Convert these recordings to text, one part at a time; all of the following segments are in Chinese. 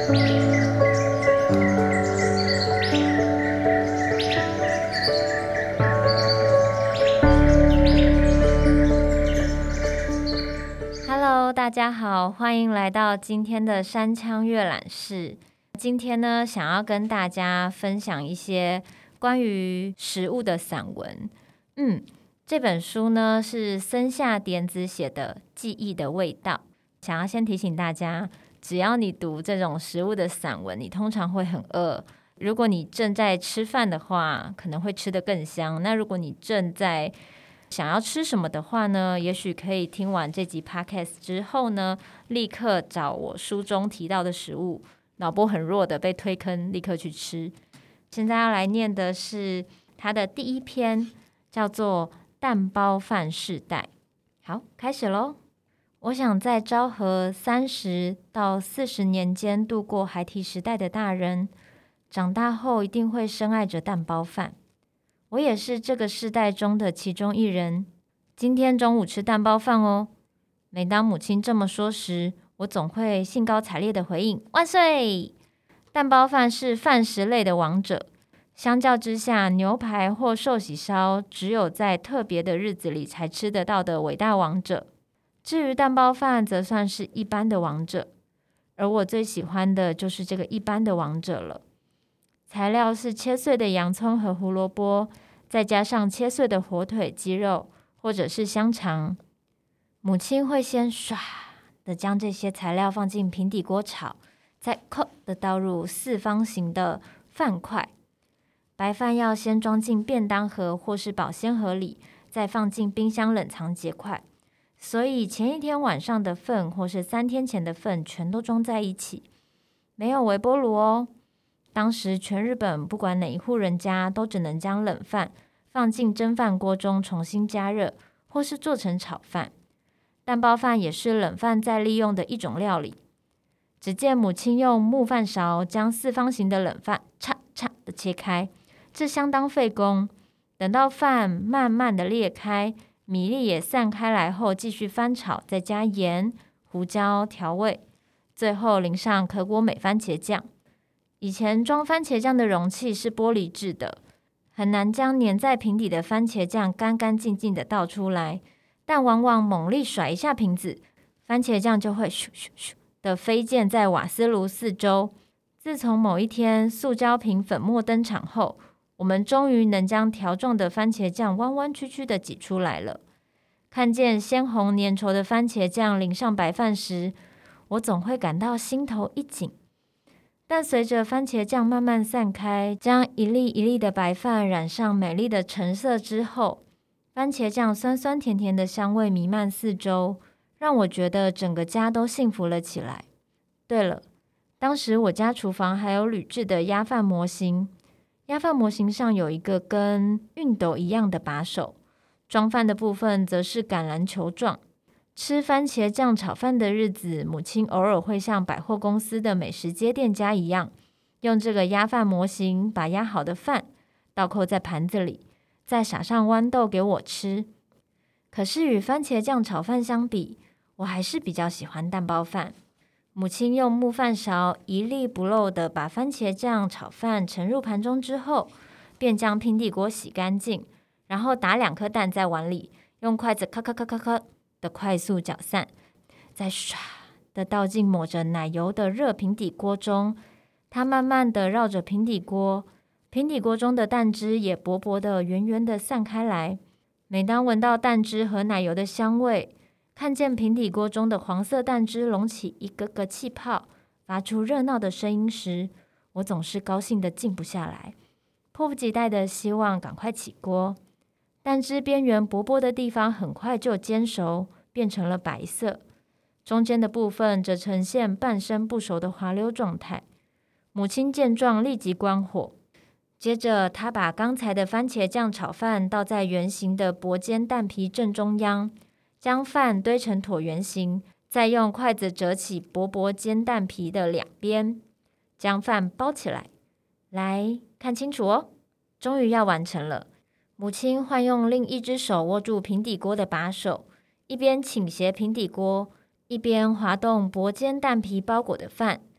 Hello， 大家好，欢迎来到今天的山羌阅览室。今天呢，想要跟大家分享一些关于食物的散文。这本书呢是森下典子写的《记忆的味道》。想要先提醒大家，只要你读这种食物的散文，你通常会很饿。如果你正在吃饭的话，可能会吃得更香。那如果你正在想要吃什么的话呢，也许可以听完这集 podcast 之后呢，立刻找我书中提到的食物，脑波很弱的被推坑，立刻去吃。现在要来念的是他的第一篇，叫做蛋包饭世代。好，开始咯。我想在昭和30到40年间度过孩提时代的大人，长大后一定会深爱着蛋包饭。我也是这个世代中的其中一人。今天中午吃蛋包饭哦。每当母亲这么说时，我总会兴高采烈的回应：万岁！蛋包饭是饭食类的王者，相较之下，牛排或寿喜烧只有在特别的日子里才吃得到的伟大王者。至于蛋包饭，则算是一般的王者，而我最喜欢的就是这个一般的王者了。材料是切碎的洋葱和胡萝卜，再加上切碎的火腿、鸡肉或者是香肠。母亲会先唰的将这些材料放进平底锅炒，再扣的倒入四方形的饭块。白饭要先装进便当盒或是保鲜盒里，再放进冰箱冷藏结块。所以前一天晚上的份或是3天前的份全都装在一起，没有微波炉哦。当时全日本不管哪一户人家都只能将冷饭放进蒸饭锅中重新加热，或是做成炒饭。蛋包饭也是冷饭再利用的一种料理。只见母亲用木饭勺将四方形的冷饭嚓嚓的切开，这相当费工。等到饭慢慢的裂开，米粒也散开来后，继续翻炒，再加盐、胡椒调味，最后淋上可果美番茄酱。以前装番茄酱的容器是玻璃制的，很难将粘在瓶底的番茄酱干干净净的倒出来，但往往猛力甩一下瓶子，番茄酱就会咻咻咻的飞溅在瓦斯炉四周。自从某一天塑胶瓶粉末登场后，我们终于能将条状的番茄酱弯弯曲曲的挤出来了。看见鲜红粘稠的番茄酱淋上白饭时，我总会感到心头一紧。但随着番茄酱慢慢散开，将一粒一粒的白饭染上美丽的橙色之后，番茄酱酸酸甜甜的香味弥漫四周，让我觉得整个家都幸福了起来。对了，当时我家厨房还有铝制的压饭模型，压饭模型上有一个跟熨斗一样的把手，装饭的部分则是橄榄球状。吃番茄酱炒饭的日子，母亲偶尔会像百货公司的美食街店家一样，用这个压饭模型把压好的饭倒扣在盘子里，再撒上豌豆给我吃。可是与番茄酱炒饭相比，我还是比较喜欢蛋包饭。母亲用木饭勺一粒不漏的把番茄酱炒饭盛入盘中之后，便将平底锅洗干净，然后打2颗蛋在碗里，用筷子咔咔咔咔咔的快速搅散，再唰的倒进抹着奶油的热平底锅中。它慢慢的绕着平底锅，平底锅中的蛋汁也薄薄的圆圆的散开来。每当闻到蛋汁和奶油的香味，看见平底锅中的黄色蛋汁隆起一个个气泡，发出热闹的声音时，我总是高兴的静不下来，迫不及待的希望赶快起锅。蛋汁边缘薄薄的地方很快就煎熟，变成了白色，中间的部分则呈现半生不熟的滑溜状态。母亲见状立即关火，接着她把刚才的番茄酱炒饭倒在圆形的薄煎蛋皮正中央，将饭堆成椭圆形，再用筷子折起薄薄煎蛋皮的2边，将饭包起来。来看清楚哦，终于要完成了。母亲换用另一只手握住平底锅的把手，一边倾斜平底锅，一边滑动薄煎蛋皮包裹的饭，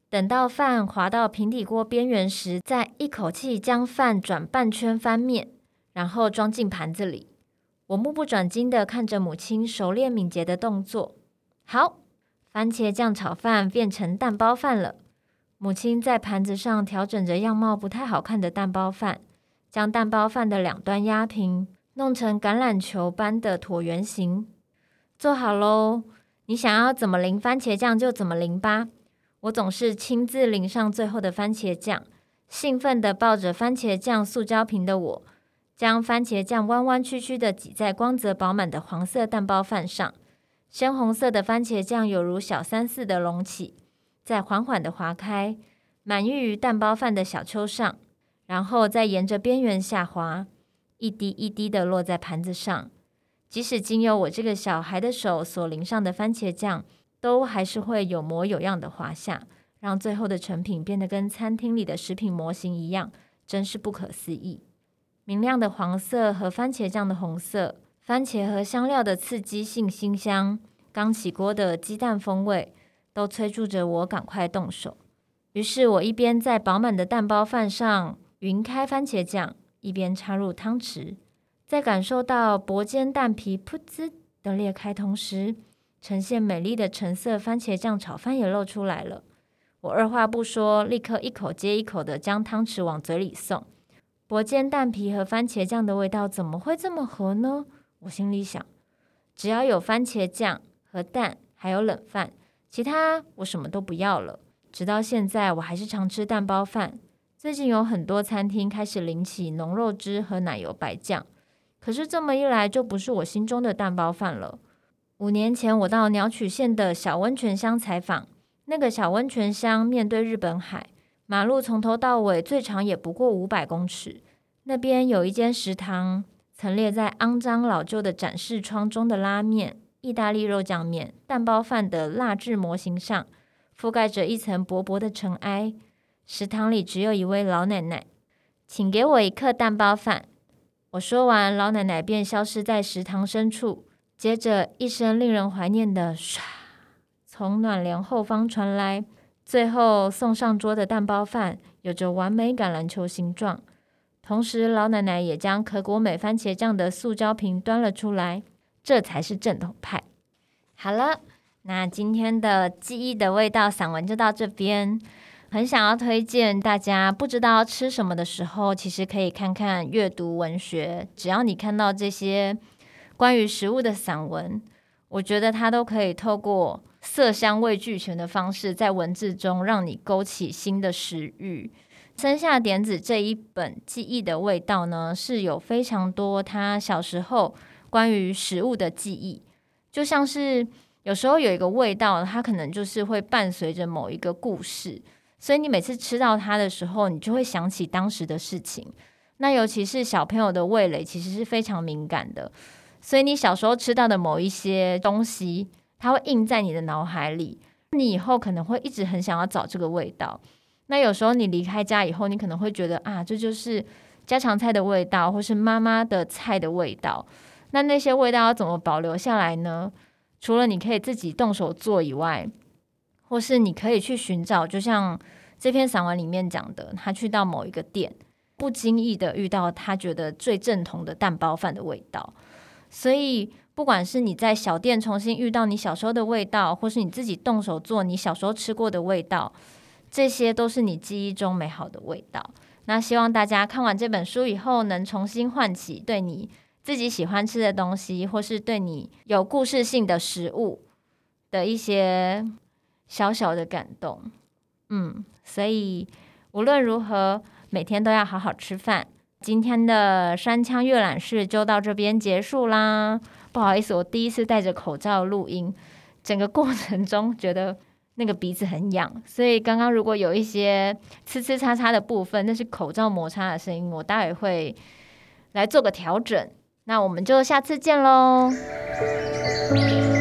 等到饭滑到平底锅边缘时，再一口气将饭转半圈翻面，然后装进盘子里。我目不转睛地看着母亲熟练敏捷的动作。好，番茄酱炒饭变成蛋包饭了。母亲在盘子上调整着样貌不太好看的蛋包饭，将蛋包饭的两端压平，弄成橄榄球般的椭圆形。做好咯，你想要怎么淋番茄酱就怎么淋吧。我总是亲自淋上最后的番茄酱，兴奋地抱着番茄酱塑胶瓶的我，将番茄酱弯弯曲曲地挤在光泽饱满的黄色蛋包饭上。鲜红色的番茄酱有如小山似的隆起，再缓缓地滑开，满溢于蛋包饭的小丘上，然后再沿着边缘下滑，一滴一滴地落在盘子上。即使经由我这个小孩的手所淋上的番茄酱，都还是会有模有样的滑下，让最后的成品变得跟餐厅里的食品模型一样，真是不可思议。明亮的黄色和番茄酱的红色，番茄和香料的刺激性馨香，刚起锅的鸡蛋风味，都催促着我赶快动手。于是我一边在饱满的蛋包饭上匀开番茄酱，一边插入汤匙。在感受到薄煎蛋皮噗滋的裂开同时，呈现美丽的橙色番茄酱炒饭也露出来了。我二话不说，立刻一口接一口的将汤匙往嘴里送。薄煎蛋皮和番茄酱的味道怎么会这么合呢？我心里想，只要有番茄酱和蛋还有冷饭，其他我什么都不要了。直到现在我还是常吃蛋包饭。最近有很多餐厅开始淋起浓肉汁和奶油白酱，可是这么一来就不是我心中的蛋包饭了。5年前我到鸟取县的小温泉乡采访，那个小温泉乡面对日本海，马路从头到尾最长也不过500公尺。那边有一间食堂，陈列在肮脏老旧的展示窗中的拉面、意大利肉酱面、蛋包饭的蜡制模型上覆盖着一层薄薄的尘埃。食堂里只有一位老奶奶，请给我1客蛋包饭。我说完，老奶奶便消失在食堂深处，接着一声令人怀念的唰从暖帘后方传来。最后送上桌的蛋包饭有着完美橄榄球形状，同时老奶奶也将可果美番茄酱的塑胶瓶端了出来，这才是正统派。好了，那今天的记忆的味道散文就到这边。很想要推荐大家，不知道要吃什么的时候，其实可以看看阅读文学。只要你看到这些关于食物的散文，我觉得它都可以透过色香味俱全的方式，在文字中让你勾起新的食欲。生下典子这一本记忆的味道呢，是有非常多他小时候关于食物的记忆，就像是有时候有一个味道，它可能就是会伴随着某一个故事，所以你每次吃到它的时候，你就会想起当时的事情。那尤其是小朋友的味蕾其实是非常敏感的，所以你小时候吃到的某一些东西，它会印在你的脑海里，你以后可能会一直很想要找这个味道。那有时候你离开家以后，你可能会觉得啊，这就是家常菜的味道，或是妈妈的菜的味道。那些味道要怎么保留下来呢？除了你可以自己动手做以外，或是你可以去寻找，就像这篇散文里面讲的，他去到某一个店，不经意的遇到他觉得最正统的蛋包饭的味道。所以不管是你在小店重新遇到你小时候的味道，或是你自己动手做你小时候吃过的味道，这些都是你记忆中美好的味道。那希望大家看完这本书以后，能重新唤起对你自己喜欢吃的东西，或是对你有故事性的食物的一些小小的感动。所以无论如何，每天都要好好吃饭。今天的山羌阅览室就到这边结束啦。不好意思，我第一次戴着口罩录音，整个过程中觉得那个鼻子很痒，所以刚刚如果有一些呲呲叉叉的部分，那是口罩摩擦的声音，我待会会来做个调整。那我们就下次见咯。